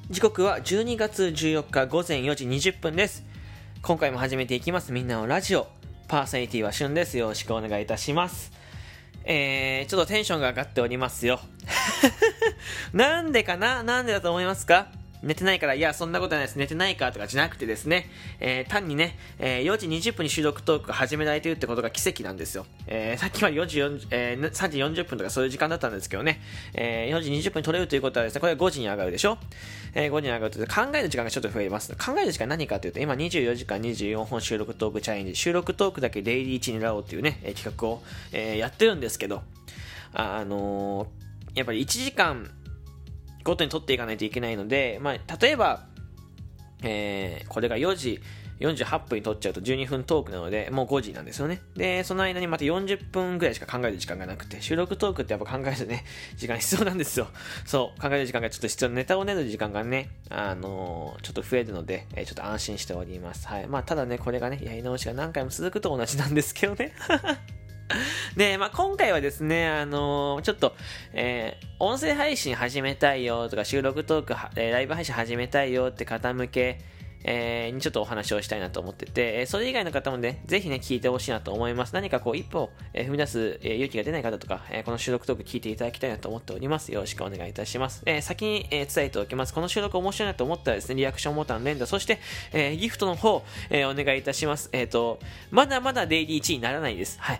時刻は12月14日午前4時20分です。今回も始めていきますみんなのラジオ。パーソナリティはしゅんです。よろしくお願いいたします。ちょっとテンションが上がっておりますよ。なんでかな？なんでだと思いますか？寝てないから、いや、そんなことないです。寝てないからとかじゃなくてですね、単にね、4時20分に収録トークが始められているってことが奇跡なんですよ。さっきまで3時40分とかそういう時間だったんですけどね、4時20分に撮れるということはですね、これは5時に上がるでしょ。5時に上がると考える時間がちょっと増えます。考える時間何かというと、今24時間24本収録トークチャレンジ、収録トークだけデイリー1になろうっていうね、企画を、やってるんですけど、やっぱり1時間ごとに撮っていかないといけないので、例えば、これが4時48分に撮っちゃうと12分トークなので、もう5時なんですよね。で、その間にまた40分ぐらいしか考える時間がなくて、収録トークってやっぱ考えるね、時間必要なんですよ。そう、考える時間がちょっと必要、ネタを練る時間がね、ちょっと増えるので、ちょっと安心しております。はい。ただね、これがね、やり直しが何回も続くと同じなんですけどね。で、今回はですね、ちょっと、音声配信始めたいよとか、収録トーク、ライブ配信始めたいよって方向け、にちょっとお話をしたいなと思ってて、それ以外の方もね、ぜひね、聞いてほしいなと思います。何かこう、一歩、踏み出す、勇気が出ない方とか、この収録トーク聞いていただきたいなと思っております。よろしくお願いいたします。先に、伝えておきます。この収録面白いなと思ったらですね、リアクションボタン連打、そして、ギフトの方、お願いいたします。まだまだデイリー1位にならないです。はい。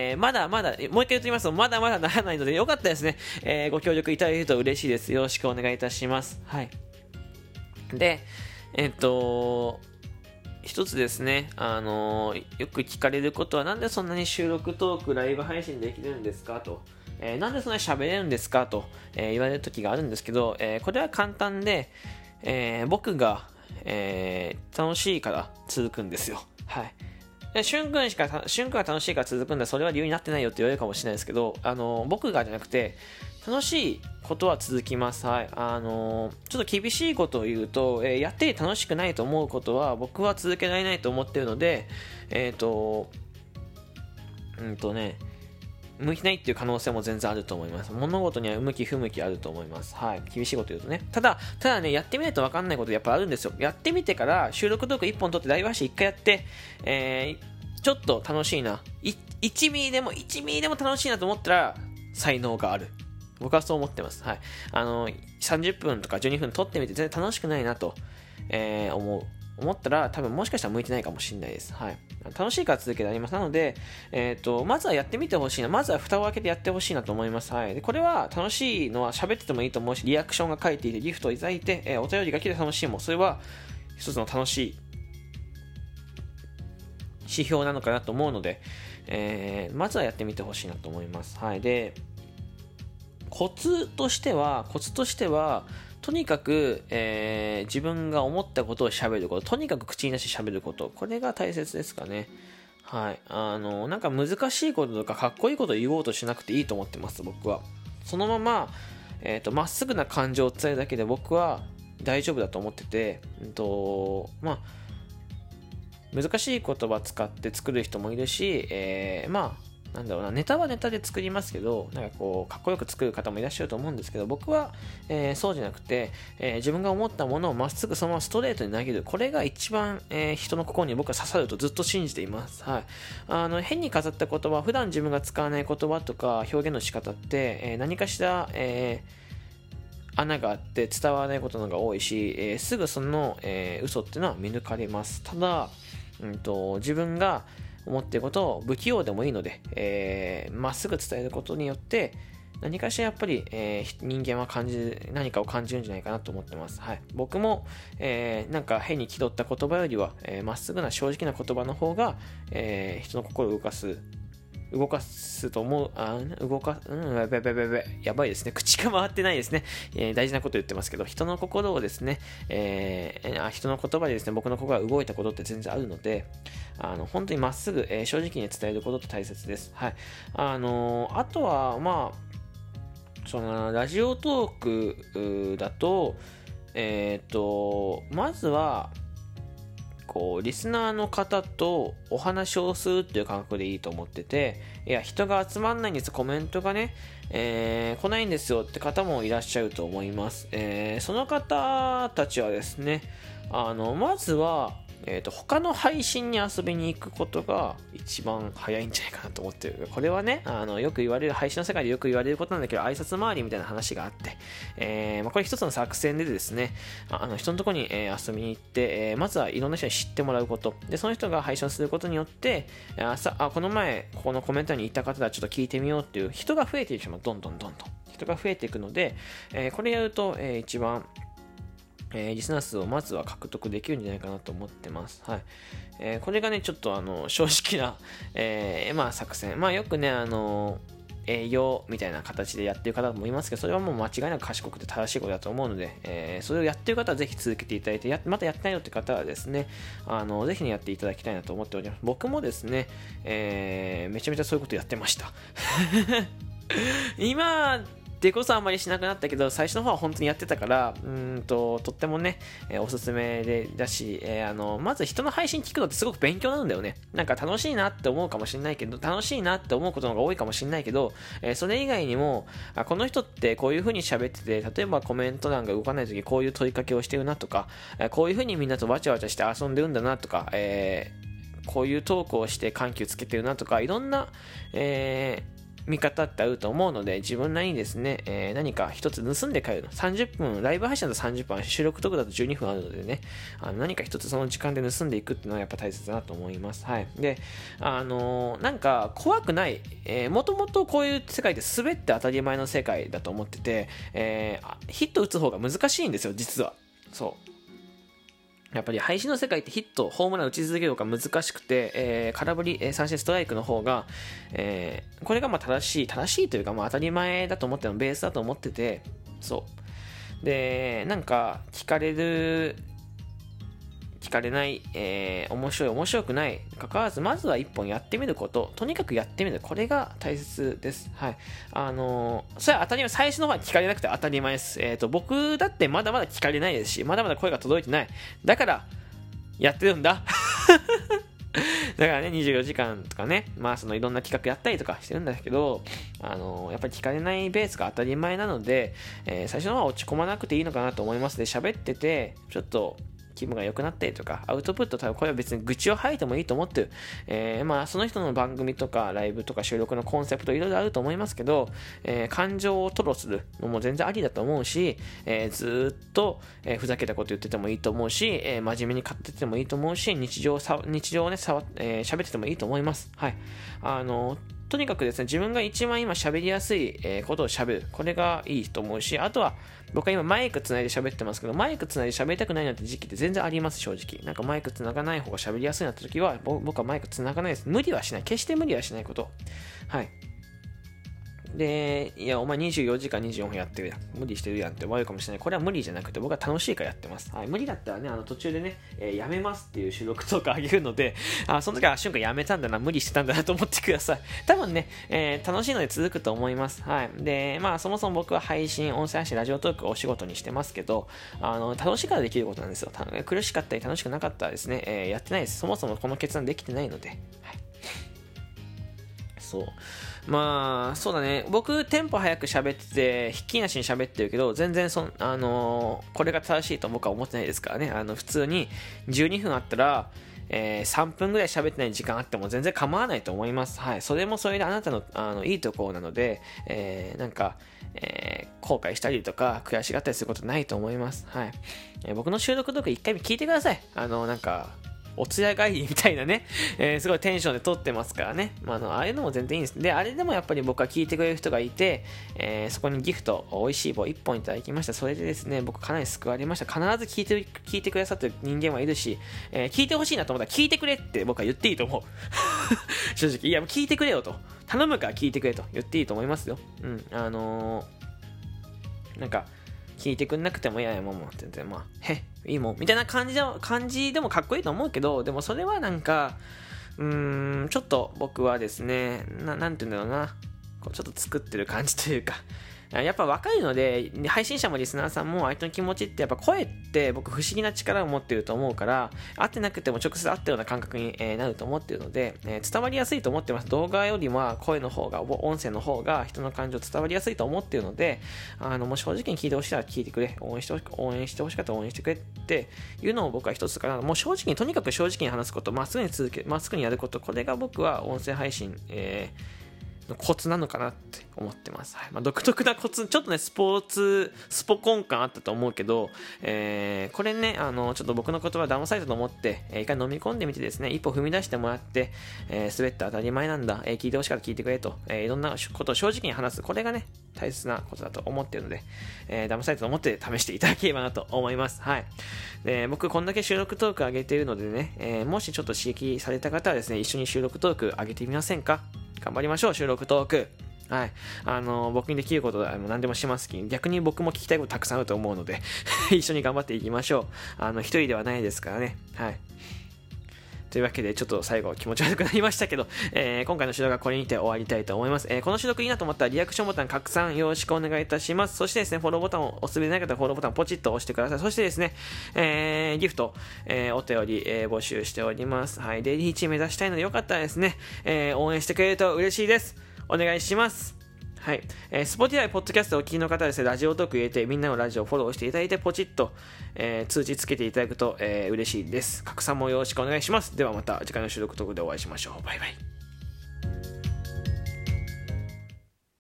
まだまだ、もう一回言ってみますと、まだまだならないので、よかったですね。ご協力いただけると嬉しいです。よろしくお願いいたします。はい。で、一つですね、よく聞かれることは、なんでそんなに収録トーク、ライブ配信できるんですかと、なんでそんなに喋れるんですかと、言われる時があるんですけど、これは簡単で、僕が、楽しいから続くんですよ。はい。しゅんくんが楽しいから続くんだ、それは理由になってないよって言われるかもしれないですけど、僕がじゃなくて、楽しいことは続きます。はい。ちょっと厳しいことを言うと、やって楽しくないと思うことは僕は続けられないと思っているので、向きないっていう可能性も全然あると思います。物事には向き不向きあると思います。はい。厳しいこと言うとね。ただね、やってみないと分かんないことやっぱあるんですよ。やってみてから収録トーク1本撮ってライブ配信1回やって、ちょっと楽しいな。1ミリでも楽しいなと思ったら才能がある。僕はそう思ってます。はい。30分とか12分撮ってみて全然楽しくないなと、思ったら多分もしかしたら向いてないかもしれないです。はい。楽しいから続けてあります。なので、まずはやってみてほしいな。まずは蓋を開けてやってほしいなと思います。はい。で、これは楽しいのは喋っててもいいと思うし、リアクションが書いていて、ギフトをいただいて、お便りが来て楽しいも、それは一つの楽しい指標なのかなと思うので、まずはやってみてほしいなと思います。はい。で、コツとしてはとにかく、自分が思ったことを喋ること、とにかく口に出して喋ること、これが大切ですかね。はい。なんか難しいこととかかっこいいことを言おうとしなくていいと思ってます、僕は。そのまま、まっすぐな感情を伝えるだけで僕は大丈夫だと思ってて、難しい言葉使って作る人もいるし、なんだろうな、ネタはネタで作りますけど、なんかこうかっこよく作る方もいらっしゃると思うんですけど、僕は、そうじゃなくて、自分が思ったものをまっすぐそのままストレートに投げる、これが一番、人の心に僕は刺さるとずっと信じています。はい。変に飾った言葉、普段自分が使わない言葉とか表現の仕方って、何かしら、穴があって伝わらないことのが多いし、すぐその、嘘っていうのは見抜かれます。ただ、自分が思っていることを不器用でもいいので、まっすぐ伝えることによって何かしらやっぱり、人間は何かを感じるんじゃないかなと思ってます。はい、僕も、なんか変に気取った言葉よりはまっすぐな正直な言葉の方が、人の心を動かすと思う。やばいですね。口が回ってないですね。大事なこと言ってますけど、人の心をですね、人の言葉でですね、僕の心が動いたことって全然あるので、本当にまっすぐ、正直に伝えることって大切です。はい。あとは、そのラジオトークだと、まずは、 こうリスナーの方とお話をするっていう感覚でいいと思ってて、いや人が集まんないんです、コメントがね、来ないんですよって方もいらっしゃると思います。その方たちはですね、まずは他の配信に遊びに行くことが一番早いんじゃないかなと思ってる。これはね、よく言われる、配信の世界でよく言われることなんだけど、挨拶回りみたいな話があって、これ一つの作戦でですね、人のところに、遊びに行って、まずはいろんな人に知ってもらうこと。で、その人が配信することによって、この前、ここのコメントにいた方だ、ちょっと聞いてみようっていう人が増えていくどんどん人が増えていくので、これやると、一番、リスナー数をまずは獲得できるんじゃないかなと思ってます。はい。これがね、ちょっと正直な、作戦。よくね、営業みたいな形でやってる方もいますけど、それはもう間違いなく賢くて正しいことだと思うので、それをやってる方はぜひ続けていただいて、またやってないよって方はですね、ぜひね、やっていただきたいなと思っております。僕もですね、めちゃめちゃそういうことやってました。今でこそあんまりしなくなったけど、最初の方は本当にやってたから、とってもね、おすすめだし、まず人の配信聞くのってすごく勉強なんだよね。なんか楽しいなって思うかもしれないけど、楽しいなって思うことの方が多いかもしれないけど、それ以外にも、この人ってこういう風に喋ってて、例えばコメント欄が動かないときこういう問いかけをしてるなとか、こういう風にみんなとわちゃわちゃして遊んでるんだなとか、こういうトークをして緩急つけてるなとか、いろんな、見方ってあると思うので、自分なりにですね、何か一つ盗んで帰るの。30分、ライブ配信だと30分、収録トークだと12分あるのでね、何か一つその時間で盗んでいくっていうのはやっぱ大切だなと思います。はい。で、なんか怖くない、もともとこういう世界で滑って当たり前の世界だと思ってて、ヒット打つ方が難しいんですよ、実は。そう。やっぱり配信の世界ってヒット、ホームラン打ち続けるのが難しくて、空振り、三振ストライクの方が、これがまあ正しいというか、まあ当たり前だと思ってるのベースだと思ってて、そう。で、なんか聞かれない、面白くないに関わらず、まずは一本やってみること、とにかくやってみる、これが大切です。はい。それは当たり前、最初の方は聞かれなくて当たり前です。僕だってまだまだ聞かれないですし、まだまだ声が届いてない。だから、やってるんだ。だからね、24時間とかね、そのいろんな企画やったりとかしてるんだけど、やっぱり聞かれないベースが当たり前なので、最初の方は落ち込まなくていいのかなと思います。で、喋ってて、ちょっと、気分が良くなったりとか、アウトプット、多分これは別に愚痴を吐いてもいいと思ってる。その人の番組とかライブとか収録のコンセプトいろいろあると思いますけど、感情を吐露するのも全然ありだと思うし、ずっと、ふざけたこと言っててもいいと思うし、真面目に語っててもいいと思うし、日常をね、喋っててもいいと思います。はい。とにかくですね、自分が一番今喋りやすい、ことを喋る。これがいいと思うし、あとは、僕は今マイクつないで喋ってますけど、マイクつないで喋りたくないなんて時期って全然あります、正直。なんかマイクつながない方が喋りやすいなって時は、僕はマイクつながないです。無理はしない。決して無理はしないこと。はい。で、いや、お前24時間24分やってるやん。無理してるやんって思われるかもしれない。これは無理じゃなくて、僕は楽しいからやってます。はい、無理だったらね、途中でね、やめますっていう収録とかあげるので、その時は瞬間やめたんだな、無理してたんだなと思ってください。多分ね、楽しいので続くと思います。はい。で、そもそも僕は配信、音声配信、ラジオトークをお仕事にしてますけど、楽しいからできることなんですよ。苦しかったり楽しくなかったらですね、やってないです。そもそもこの決断できてないので。はい。そう。そうだね。僕、テンポ早く喋ってて、ひっきりなしに喋ってるけど、全然これが正しいと僕は思ってないですからね。普通に12分あったら、3分ぐらい喋ってない時間あっても全然構わないと思います。はい。それもそれであなたの、いいところなので、後悔したりとか、悔しがったりすることないと思います。はい。僕の収録とか一回聞いてください。お通夜帰りみたいなね、すごいテンションで撮ってますからね。ああいうのも全然いいんです。で、あれでもやっぱり僕は聞いてくれる人がいて、そこにギフト、美味しい棒1本いただきました。それでですね、僕かなり救われました。必ず聞いてくださってる人間はいるし、聞いてほしいなと思ったら聞いてくれって僕は言っていいと思う。正直。いや、聞いてくれよと。頼むから聞いてくれと言っていいと思いますよ。うん。聞いてくんなくても、いやいや、もう全然いいもんみたいな感じでもかっこいいと思うけど、でもそれはちょっと僕はですね、なんて言うんだろうな、ちょっと作ってる感じというか、 やっぱ分かるので、配信者もリスナーさんも相手の気持ちって、やっぱ声って僕不思議な力を持っていると思うから、会ってなくても直接会ったような感覚になると思っているので、伝わりやすいと思ってます。動画よりも声の方が、音声の方が人の感情伝わりやすいと思っているので、もう正直に聞いてほしいなら聞いてくれ、応援してほしかったら応援してくれっていうのを僕は一つかな。もう正直に、とにかく正直に話すこと、まっすぐにやること、これが僕は音声配信、のコツなのかなって思ってます。はい、独特なコツ、ちょっとね、スポコン感あったと思うけど、これね、ちょっと僕の言葉騙されたと思って、一回飲み込んでみてですね、一歩踏み出してもらって、滑って当たり前なんだ、聞いてほしかったら聞いてくれと、いろんなことを正直に話す、これがね、大切なことだと思っているので、騙されたと思って試していただければなと思います。はい。で、僕こんだけ収録トーク上げているのでね、もしちょっと刺激された方はですね、一緒に収録トーク上げてみませんか？頑張りましょう、収録トーク。はい。僕にできることは何でもしますき、逆に僕も聞きたいことたくさんあると思うので、一緒に頑張っていきましょう。一人ではないですからね。はい。というわけで、ちょっと最後気持ち悪くなりましたけど、今回の収録はこれにて終わりたいと思います。この収録いいなと思ったらリアクションボタン拡散よろしくお願いいたします。そしてですね、フォローボタンを押すべない方はフォローボタンをポチッと押してください。そしてですね、ギフト、お便り、募集しております。はい。デイリー1位目指したいのでよかったらですね、応援してくれると嬉しいです。お願いします。はい。Spotify、ポッドキャストをお聞きの方はですね、ラジオトーク入れて、みんなのラジオをフォローしていただいて、ポチッと、通知つけていただくと、嬉しいです。拡散もよろしくお願いします。ではまた次回の収録トークでお会いしましょう。バイバイ。